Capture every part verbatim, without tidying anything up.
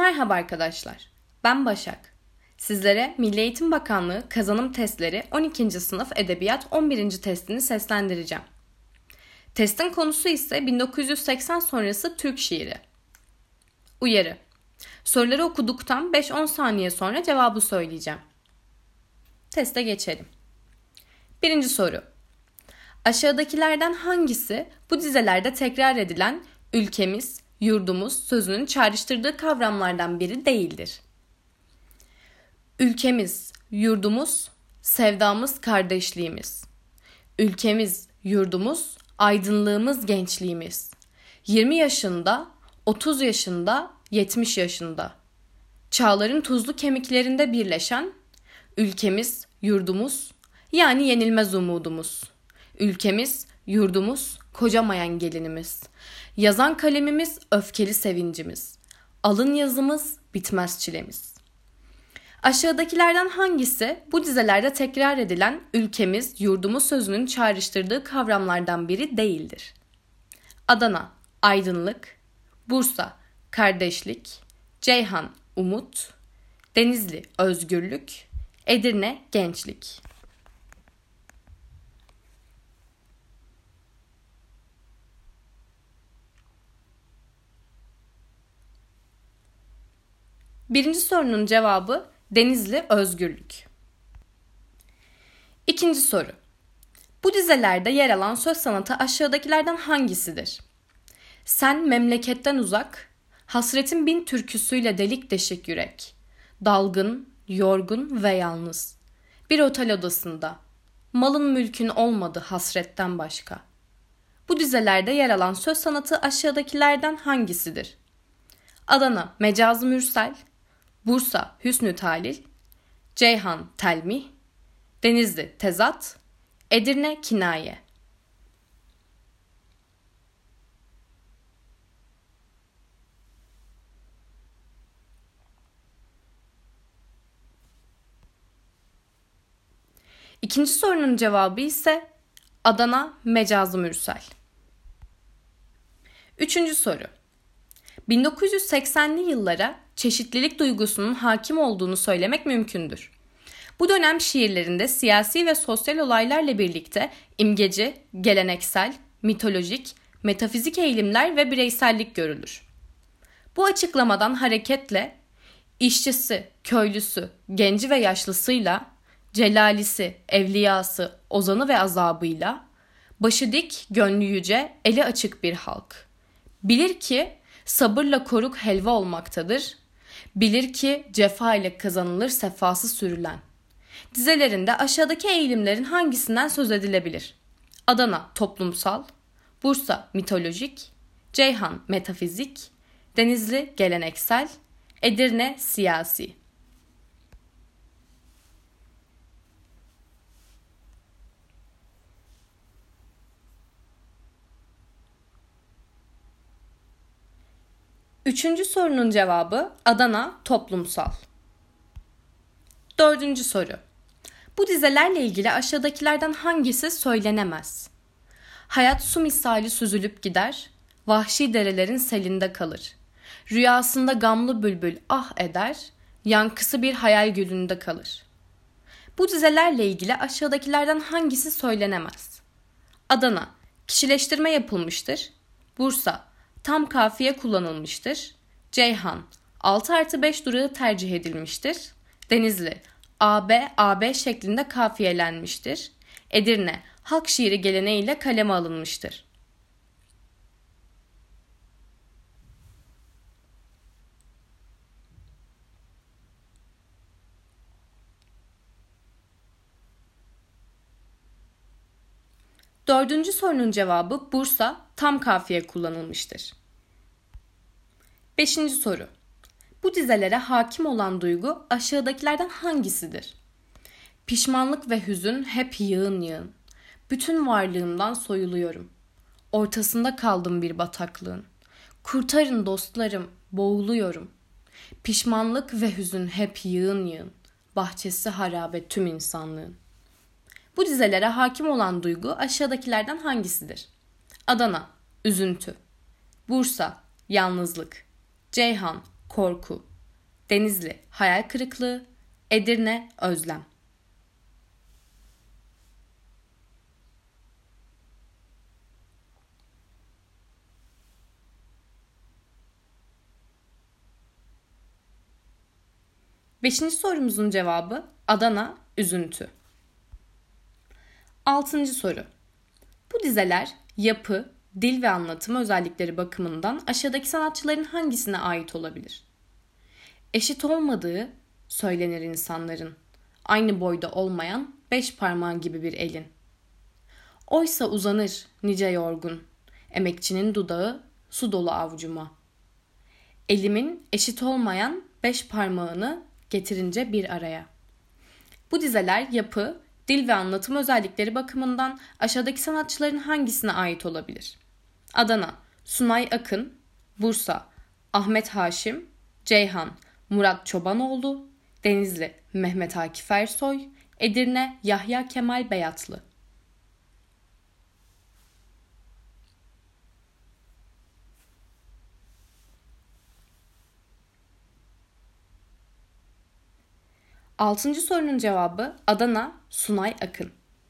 Merhaba arkadaşlar, ben Başak. Sizlere Milli Eğitim Bakanlığı kazanım testleri on ikinci sınıf edebiyat on birinci testini seslendireceğim. Testin konusu ise bin dokuz yüz seksen sonrası Türk şiiri. Uyarı: soruları okuduktan beş on saniye sonra cevabı söyleyeceğim. Teste geçelim. Birinci soru. Aşağıdakilerden hangisi bu dizelerde tekrar edilen ülkemiz, yurdumuz sözünün çağrıştırdığı kavramlardan biri değildir? Ülkemiz, yurdumuz, sevdamız, kardeşliğimiz. Ülkemiz, yurdumuz, aydınlığımız, gençliğimiz. yirmi yaşında, otuz yaşında, yetmiş yaşında. Çağların tuzlu kemiklerinde birleşen ülkemiz, yurdumuz, yani yenilmez umudumuz. Ülkemiz, yurdumuz, kocamayan gelinimiz. Yazan kalemimiz, öfkeli sevincimiz. Alın yazımız, bitmez çilemiz. Aşağıdakilerden hangisi bu dizelerde tekrar edilen ülkemiz, yurdumuz sözünün çağrıştırdığı kavramlardan biri değildir? Adana, aydınlık. Bursa, kardeşlik. Ceyhan, umut. Denizli, özgürlük. Edirne, gençlik. Birinci sorunun cevabı Denizli, özgürlük. İkinci soru. Bu dizelerde yer alan söz sanatı aşağıdakilerden hangisidir? Sen memleketten uzak, hasretin bin türküsüyle delik deşik yürek, dalgın, yorgun ve yalnız. Bir otel odasında, malın mülkün olmadı hasretten başka. Bu dizelerde yer alan söz sanatı aşağıdakilerden hangisidir? Adana, Mecaz-ı Mürsel. Bursa, Hüsnü Talil. Ceyhan, Telmih. Denizli, Tezat. Edirne, Kinaye. İkinci sorunun cevabı ise Adana, Mecaz-ı Mürsel. Üçüncü soru. bin dokuz yüz seksenli yıllara çeşitlilik duygusunun hakim olduğunu söylemek mümkündür. Bu dönem şiirlerinde siyasi ve sosyal olaylarla birlikte imgeci, geleneksel, mitolojik, metafizik eğilimler ve bireysellik görülür. Bu açıklamadan hareketle işçisi, köylüsü, genci ve yaşlısıyla, celalisi, evliyası, ozanı ve azabıyla, başı dik, gönlü yüce, eli açık bir halk. Bilir ki sabırla koruk helva olmaktadır. Bilir ki cefa ile kazanılır sefası sürülen. Dizelerinde aşağıdaki eğilimlerin hangisinden söz edilebilir? Adana, toplumsal. Bursa, mitolojik. Ceyhan, metafizik. Denizli, geleneksel. Edirne, siyasi. Üçüncü sorunun cevabı Adana, toplumsal. Dördüncü soru. Bu dizelerle ilgili aşağıdakilerden hangisi söylenemez? Hayat su misali süzülüp gider, vahşi derelerin selinde kalır. Rüyasında gamlı bülbül ah eder, yankısı bir hayal gülünde kalır. Bu dizelerle ilgili aşağıdakilerden hangisi söylenemez? Adana, kişileştirme yapılmıştır. Bursa, tam kafiye kullanılmıştır. Ceyhan, altı artı beş durağı tercih edilmiştir. Denizli, A B A B şeklinde kafiyelenmiştir. Edirne, halk şiiri geleneğiyle kaleme alınmıştır. Dördüncü sorunun cevabı Bursa, tam kafiye kullanılmıştır. Beşinci soru. Bu dizelere hakim olan duygu aşağıdakilerden hangisidir? Pişmanlık ve hüzün hep yığın yığın. Bütün varlığımdan soyuluyorum. Ortasında kaldım bir bataklığın. Kurtarın dostlarım, boğuluyorum. Pişmanlık ve hüzün hep yığın yığın. Bahçesi harabe tüm insanlığın. Bu dizelere hakim olan duygu aşağıdakilerden hangisidir? Adana, üzüntü. Bursa, yalnızlık. Ceyhan, korku. Denizli hayal kırıklığı, Edirne özlem. Beşinci sorumuzun cevabı Adana üzüntü. Altıncı soru. Bu dizeler yapı, dil ve anlatım özellikleri bakımından aşağıdaki sanatçıların hangisine ait olabilir? Eşit olmadığı söylenir insanların, aynı boyda olmayan beş parmağın gibi bir elin. Oysa uzanır nice yorgun, emekçinin dudağı su dolu avucuma. Elimin eşit olmayan beş parmağını getirince bir araya. Bu dizeler yapı, dil ve anlatım özellikleri bakımından aşağıdaki sanatçıların hangisine ait olabilir? Adana, Sunay Akın, Bursa, Ahmet Haşim, Ceyhan, Murat Çobanoğlu, Denizli, Mehmet Akif Ersoy, Edirne, Yahya Kemal Beyatlı. Altıncı sorunun cevabı Adana, Sunay Akın.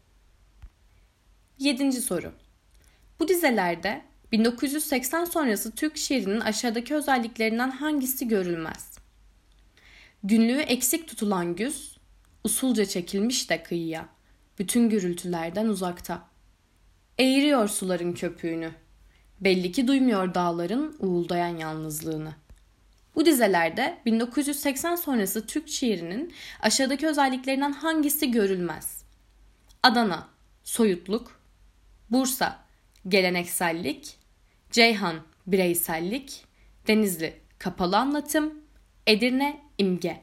Yedinci soru. Bu dizelerde bin dokuz yüz seksen sonrası Türk şiirinin aşağıdaki özelliklerinden hangisi görülmez? Günlüğü eksik tutulan güz, usulca çekilmiş de kıyıya, bütün gürültülerden uzakta. Eğiriyor suların köpüğünü, belli ki duymuyor dağların uğuldayan yalnızlığını. Bu dizelerde bin dokuz yüz seksen sonrası Türk şiirinin aşağıdaki özelliklerinden hangisi görülmez? Adana, soyutluk, Bursa, geleneksellik, Ceyhan, bireysellik, Denizli, kapalı anlatım, Edirne, imge.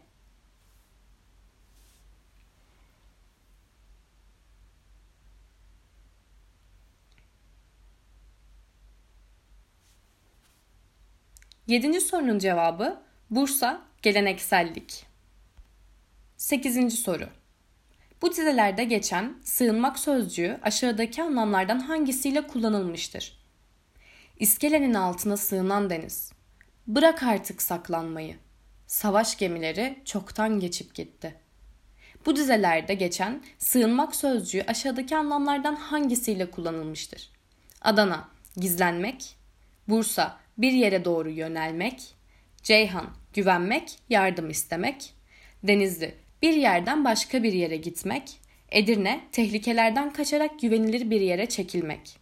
Yedinci sorunun cevabı Bursa, geleneksellik. Sekizinci soru. Bu dizelerde geçen sığınmak sözcüğü aşağıdaki anlamlardan hangisiyle kullanılmıştır? İskelenin altına sığınan deniz. Bırak artık saklanmayı. Savaş gemileri çoktan geçip gitti. Bu dizelerde geçen sığınmak sözcüğü aşağıdaki anlamlardan hangisiyle kullanılmıştır? Adana, gizlenmek. Bursa, bir yere doğru yönelmek. Ceyhan, güvenmek, yardım istemek. Denizli, bir yerden başka bir yere gitmek. Edirne, tehlikelerden kaçarak güvenilir bir yere çekilmek.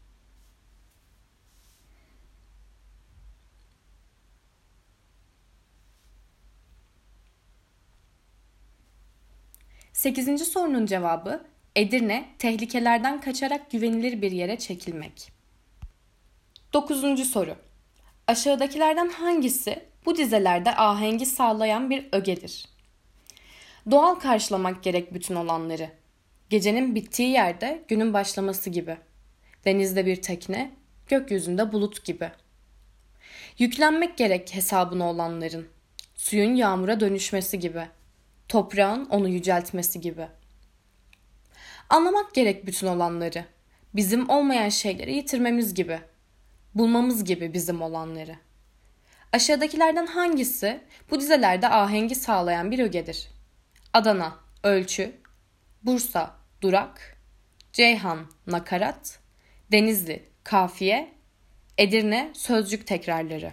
Sekizinci sorunun cevabı Edirne, tehlikelerden kaçarak güvenilir bir yere çekilmek. Dokuzuncu soru. Aşağıdakilerden hangisi bu dizelerde ahengi sağlayan bir ögedir? Doğal karşılamak gerek bütün olanları. Gecenin bittiği yerde günün başlaması gibi. Denizde bir tekne, gökyüzünde bulut gibi. Yüklenmek gerek hesabına olanların. Suyun yağmura dönüşmesi gibi. Toprağın onu yüceltmesi gibi. Anlamak gerek bütün olanları. Bizim olmayan şeyleri yitirmemiz gibi. Bulmamız gibi bizim olanları. Aşağıdakilerden hangisi bu dizelerde ahengi sağlayan bir ögedir? Adana, ölçü, Bursa, durak, Ceyhan, nakarat, Denizli, kafiye, Edirne, sözcük tekrarları.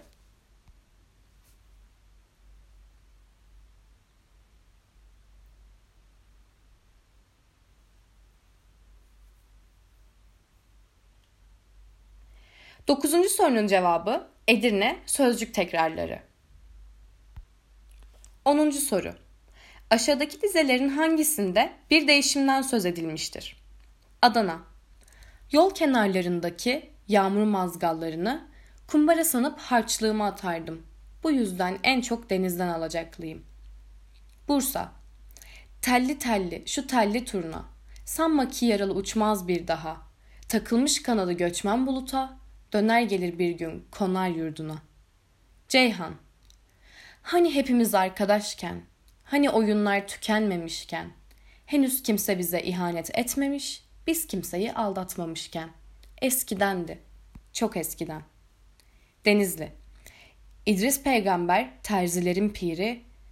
Dokuzuncu sorunun cevabı Edirne, sözcük tekrarları. Onuncu soru. Aşağıdaki dizelerin hangisinde bir değişimden söz edilmiştir? Adana. Yol kenarlarındaki yağmur mazgallarını kumbara sanıp harçlığıma atardım. Bu yüzden en çok denizden alacaklıyım. Bursa. Telli telli şu telli turna. Sanma ki yaralı uçmaz bir daha. Takılmış kanadı göçmen buluta. Döner gelir bir gün konar yurduna. Ceyhan. Hani hepimiz arkadaşken, hani oyunlar tükenmemişken, henüz kimse bize ihanet etmemiş, biz kimseyi aldatmamışken. Eskidendi, çok eskiden. Denizli. İdris peygamber terzilerin piri,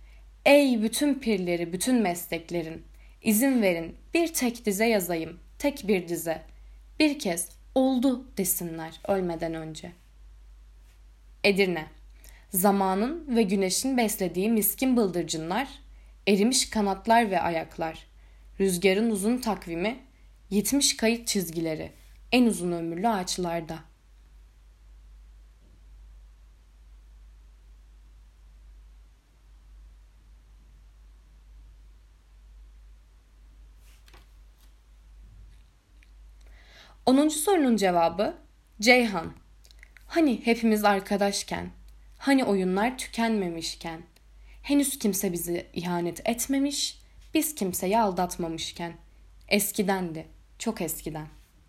Ey bütün pirleri, bütün mesleklerin, izin verin bir tek dize yazayım, tek bir dize. Bir kez oldu desinler ölmeden önce. Edirne. Zamanın ve güneşin beslediği miskin bıldırcınlar, erimiş kanatlar ve ayaklar, rüzgarın uzun takvimi, yetmiş kayıt çizgileri, en uzun ömürlü ağaçlarda. Onuncu sorunun cevabı Ceyhan. Hani hepimiz arkadaşken, hani oyunlar tükenmemişken, henüz kimse bizi ihanet etmemiş, biz kimseyi aldatmamışken. Eskidendi, çok eskiden.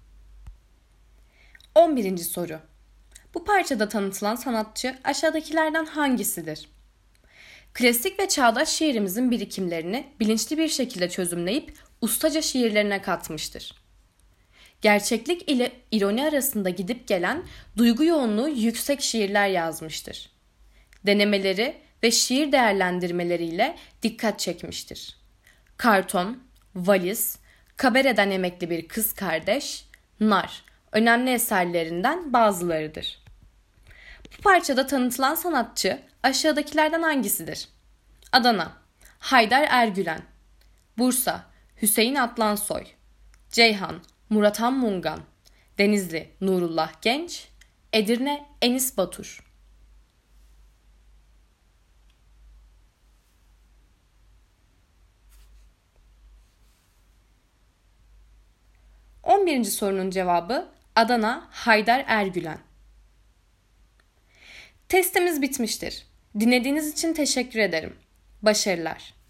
On birinci soru. Bu parçada tanıtılan sanatçı aşağıdakilerden hangisidir? Klasik ve çağdaş şiirimizin birikimlerini bilinçli bir şekilde çözümleyip ustaca şiirlerine katmıştır. Gerçeklik ile ironi arasında gidip gelen duygu yoğunluğu yüksek şiirler yazmıştır. Denemeleri ve şiir değerlendirmeleriyle dikkat çekmiştir. Karton, Valiz, Kabare'den emekli bir kız kardeş, Nar önemli eserlerinden bazılarıdır. Bu parçada tanıtılan sanatçı aşağıdakilerden hangisidir? Adana, Haydar Ergülen. Bursa, Hüseyin Atlansoy. Ceyhan, Murathan Mungan. Denizli, Nurullah Genç. Edirne, Enis Batur. on birinci sorunun cevabı Adana, Haydar Ergülen. Testimiz bitmiştir. Dinlediğiniz için teşekkür ederim. Başarılar.